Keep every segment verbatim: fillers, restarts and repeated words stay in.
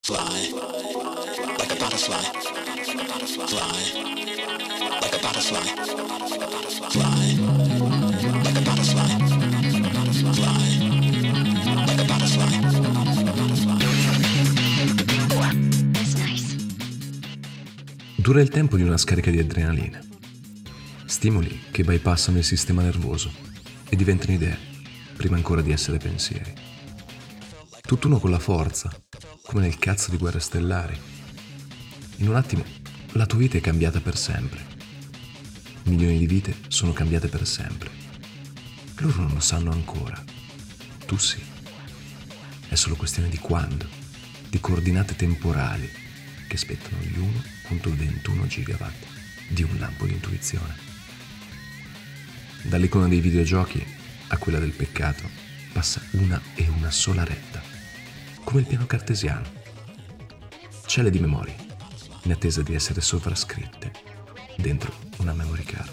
Fly like a butterfly. Fly like a butterfly. Fly like a butterfly. Fly like a butterfly. That's nice. Dura il tempo di una scarica di adrenalina. Stimoli che bypassano il sistema nervoso e diventano idee, prima ancora di essere pensieri. Tutt'uno con la forza, come nel cazzo di Guerre Stellari. In un attimo la tua vita è cambiata per sempre. Milioni di vite sono cambiate per sempre. Loro non lo sanno ancora. Tu sì. È solo questione di quando, di coordinate temporali che spettano gli uno virgola ventuno gigawatt di un lampo di intuizione. Dall'icona dei videogiochi a quella del peccato passa una e una sola retta, come il piano cartesiano. Celle di memorie, in attesa di essere sovrascritte dentro una memory card.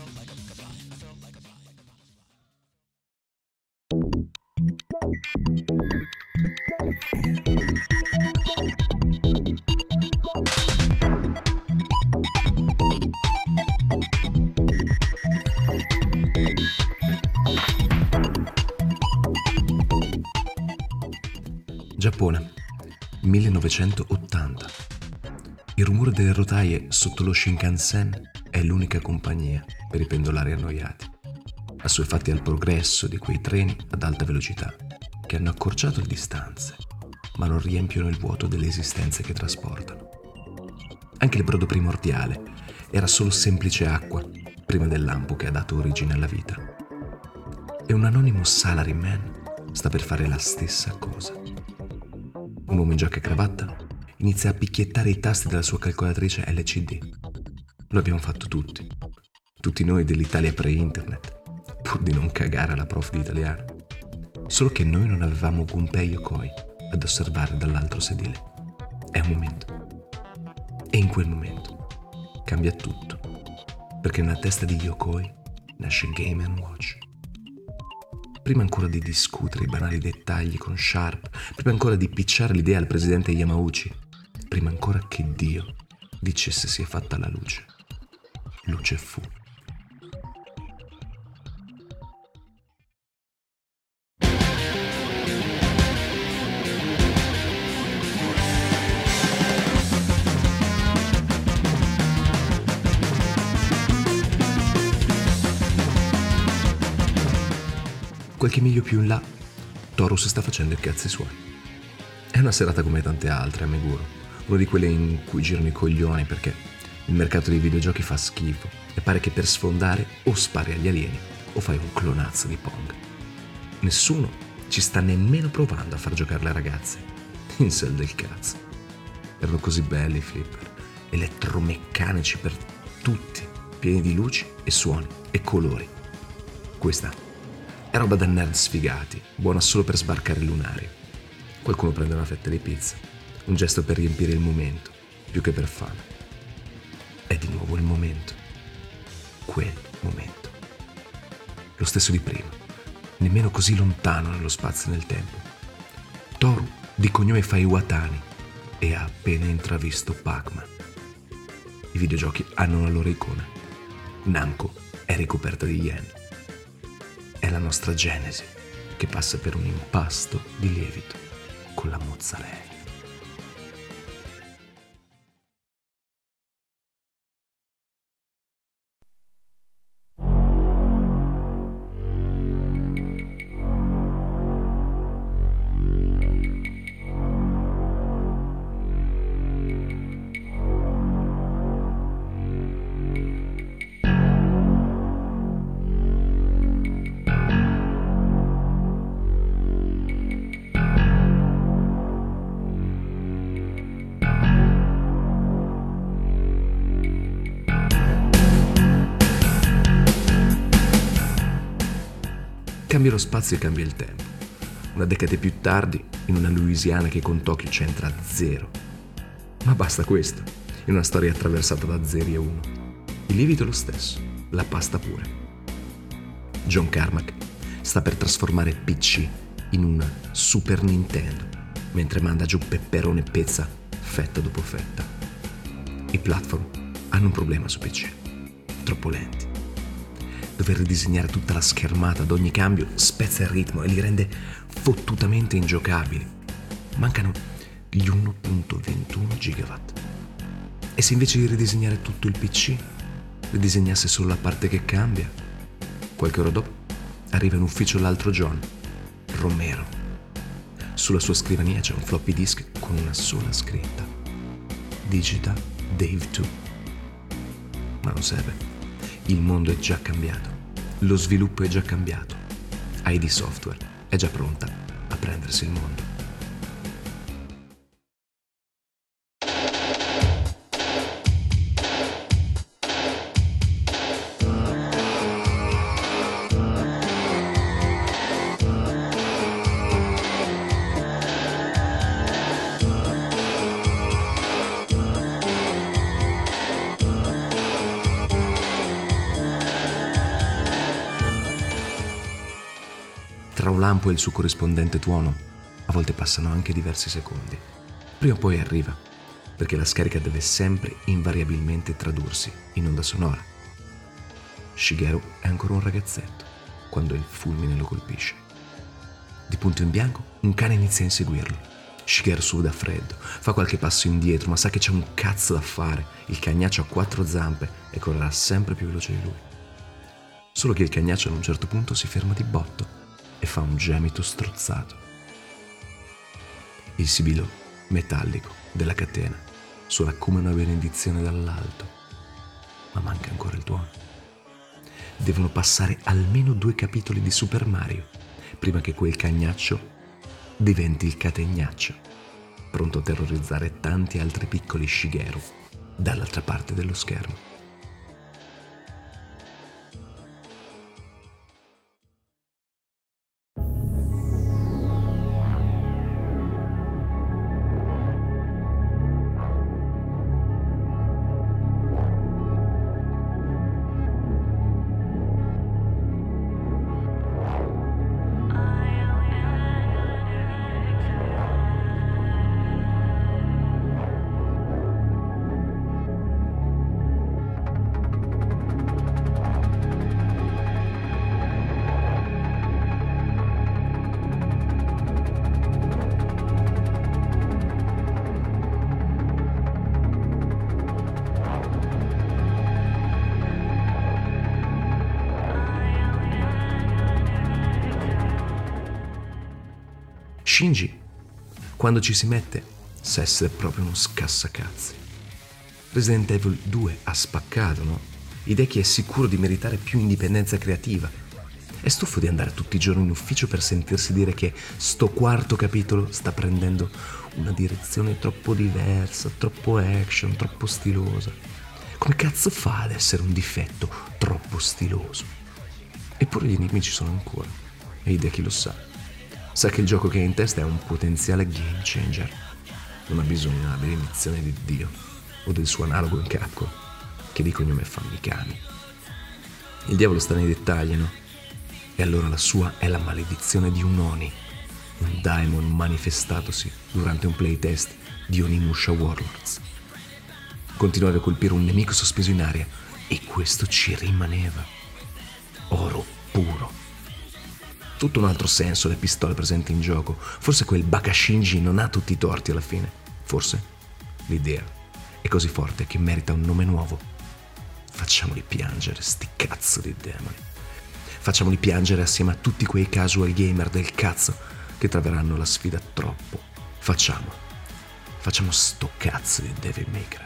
Giappone, millenovecentottanta. Il rumore delle rotaie sotto lo Shinkansen è l'unica compagnia per i pendolari annoiati, assuefatti al progresso di quei treni ad alta velocità che hanno accorciato le distanze, ma non riempiono il vuoto delle esistenze che trasportano. Anche il brodo primordiale era solo semplice acqua prima del lampo che ha dato origine alla vita. E un anonimo salaryman sta per fare la stessa cosa. Un uomo in giacca e cravatta inizia a picchiettare i tasti della sua calcolatrice L C D. Lo abbiamo fatto tutti, tutti noi dell'Italia pre-internet, pur di non cagare alla prof di italiano. Solo che noi non avevamo Gunpei Yokoi ad osservare dall'altro sedile. È un momento. E in quel momento cambia tutto, perché nella testa di Yokoi nasce Game and Watch. Prima ancora di discutere i banali dettagli con Sharp, prima ancora di picciare l'idea al presidente Yamauchi, prima ancora che Dio dicesse si è fatta la luce, luce fu. Qualche miglio più in là, Torus sta facendo i cazzi suoi. È una serata come tante altre a Meguro, una di quelle in cui girano i coglioni perché il mercato dei videogiochi fa schifo e pare che per sfondare o spari agli alieni o fai un clonazzo di Pong. Nessuno ci sta nemmeno provando a far giocare le ragazze. Incel del cazzo. Erano così belli i flipper, elettromeccanici per tutti, pieni di luci e suoni e colori. Questa è roba da nerd sfigati, buona solo per sbarcare il lunario. Qualcuno prende una fetta di pizza, un gesto per riempire il momento, più che per fame. È di nuovo il momento. Quel momento. Lo stesso di prima, nemmeno così lontano nello spazio e nel tempo. Toru, di cognome fa Iwatani, e ha appena intravisto Pac-Man. I videogiochi hanno una loro icona. Namco è ricoperta di yen. È la nostra genesi che passa per un impasto di lievito con la mozzarella. Cambia lo spazio e cambia il tempo. Una decade più tardi, in una Louisiana che con Tokyo c'entra a zero. Ma basta questo, in una storia attraversata da zeri e uno. Il lievito è lo stesso, la pasta pure. John Carmack sta per trasformare P C in una Super Nintendo, mentre manda giù Pepperone Pezza fetta dopo fetta. I platform hanno un problema su P C, troppo lenti. Dover ridisegnare tutta la schermata ad ogni cambio spezza il ritmo e li rende fottutamente ingiocabili. Mancano gli uno virgola ventuno gigawatt. E se invece di ridisegnare tutto il P C, ridisegnasse solo la parte che cambia? Qualche ora dopo arriva in ufficio l'altro John, Romero. Sulla sua scrivania c'è un floppy disk con una sola scritta: Digita Dave due. Ma non serve. Il mondo è già cambiato. Lo sviluppo è già cambiato. I D Software è già pronta a prendersi il mondo. Tra un lampo e il suo corrispondente tuono, a volte passano anche diversi secondi. Prima o poi arriva, perché la scarica deve sempre invariabilmente tradursi in onda sonora. Shigeru è ancora un ragazzetto quando il fulmine lo colpisce. Di punto in bianco, un cane inizia a inseguirlo. Shigeru suda freddo, fa qualche passo indietro, ma sa che c'è un cazzo da fare. Il cagnaccio ha quattro zampe e correrà sempre più veloce di lui. Solo che il cagnaccio ad un certo punto si ferma di botto e fa un gemito strozzato. Il sibilo metallico della catena suona come una benedizione dall'alto, ma manca ancora il tuono. Devono passare almeno due capitoli di Super Mario prima che quel cagnaccio diventi il catenaccio, pronto a terrorizzare tanti altri piccoli Shigeru dall'altra parte dello schermo. Shinji, quando ci si mette, sa essere proprio uno scassacazzi. Resident Evil due ha spaccato, no? Hideki è sicuro di meritare più indipendenza creativa. È stufo di andare tutti i giorni in ufficio per sentirsi dire che sto quarto capitolo sta prendendo una direzione troppo diversa, troppo action, troppo stilosa. Come cazzo fa ad essere un difetto troppo stiloso? Eppure gli enigmi ci sono ancora, e Hideki lo sa. Sa che il gioco che ha in testa è un potenziale game changer. Non ha bisogno della benedizione di Dio o del suo analogo in Capcom, che di cognome fa Mikami. Il diavolo sta nei dettagli, no? E allora la sua è la maledizione di un Oni, un daimon manifestatosi durante un playtest di Onimusha Warlords. Continuava a colpire un nemico sospeso in aria e questo ci rimaneva. Oro puro. Tutto un altro senso le pistole presenti in gioco. Forse quel Baka Shinji non ha tutti i torti alla fine. Forse l'idea è così forte che merita un nome nuovo. Facciamoli piangere, sti cazzo di demoni. Facciamoli piangere assieme a tutti quei casual gamer del cazzo che troveranno la sfida troppo. Facciamo. Facciamo sto cazzo di Devil May Cry.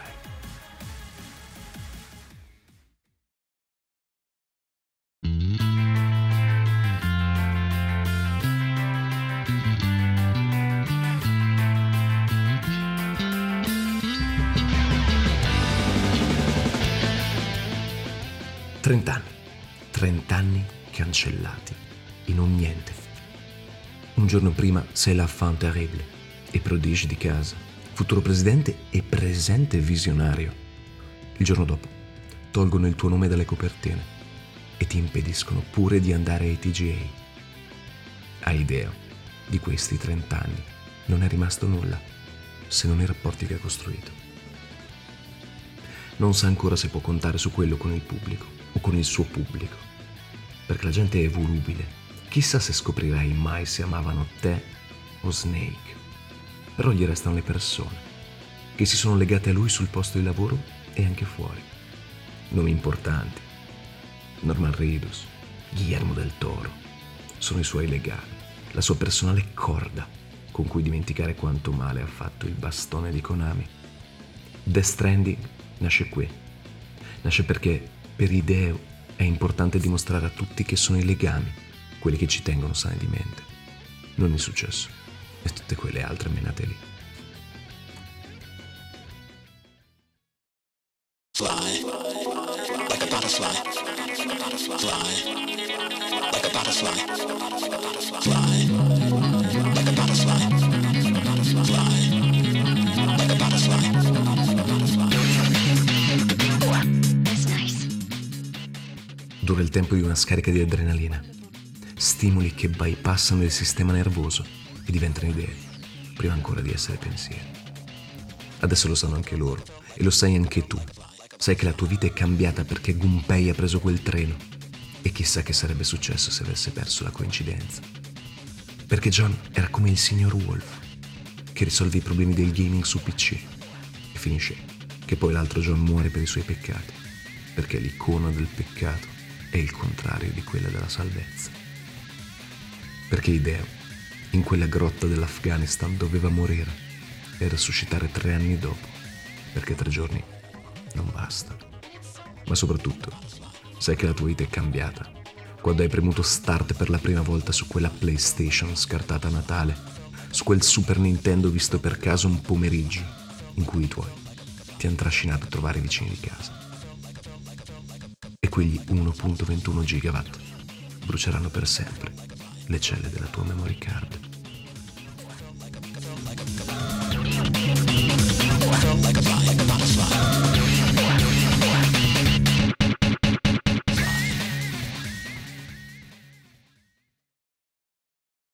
Trent'anni, trent'anni cancellati in un niente. Un giorno prima sei l'enfant terrible e prodige di casa, futuro presidente e presente visionario. Il giorno dopo tolgono il tuo nome dalle copertine e ti impediscono pure di andare ai T G A. Hai idea, di questi trent'anni non è rimasto nulla. se non i rapporti che ha costruito. Non sa ancora se può contare su quello con il pubblico o con il suo pubblico, perché la gente è volubile. Chissà se scoprirai mai se amavano te o Snake. Però gli restano le persone che si sono legate a lui sul posto di lavoro e anche fuori. Nomi importanti: Norman Reedus, Guillermo del Toro, sono i suoi legami, la sua personale corda con cui dimenticare quanto male ha fatto il bastone di Konami. Death Stranding nasce qui. Nasce perché per Hideo è importante dimostrare a tutti che sono i legami quelli che ci tengono sani di mente, non il successo e tutte quelle altre menate lì. Fly like a butterfly. Fly like a butterfly. Fly like a butterfly. Fly like a butterfly. That's nice. Dura il tempo di una scarica di adrenalina, stimoli che bypassano il sistema nervoso e diventano idee, prima ancora di essere pensieri. Adesso lo sanno anche loro e lo sai anche tu. Sai che la tua vita è cambiata perché Gunpei ha preso quel treno e chissà che sarebbe successo se avesse perso la coincidenza. Perché John era come il signor Wolf, che risolve i problemi del gaming su P C e finisce che poi l'altro John muore per i suoi peccati, perché l'icona del peccato è il contrario di quella della salvezza. Perché Hideo, in quella grotta dell'Afghanistan, doveva morire e resuscitare tre anni dopo, perché tre giorni non basta. Ma soprattutto, sai che la tua vita è cambiata quando hai premuto start per la prima volta su quella PlayStation scartata a Natale, su quel Super Nintendo visto per caso un pomeriggio in cui i tuoi ti hanno trascinato a trovare i vicini di casa. E quegli uno virgola ventuno gigawatt bruceranno per sempre le celle della tua memory card.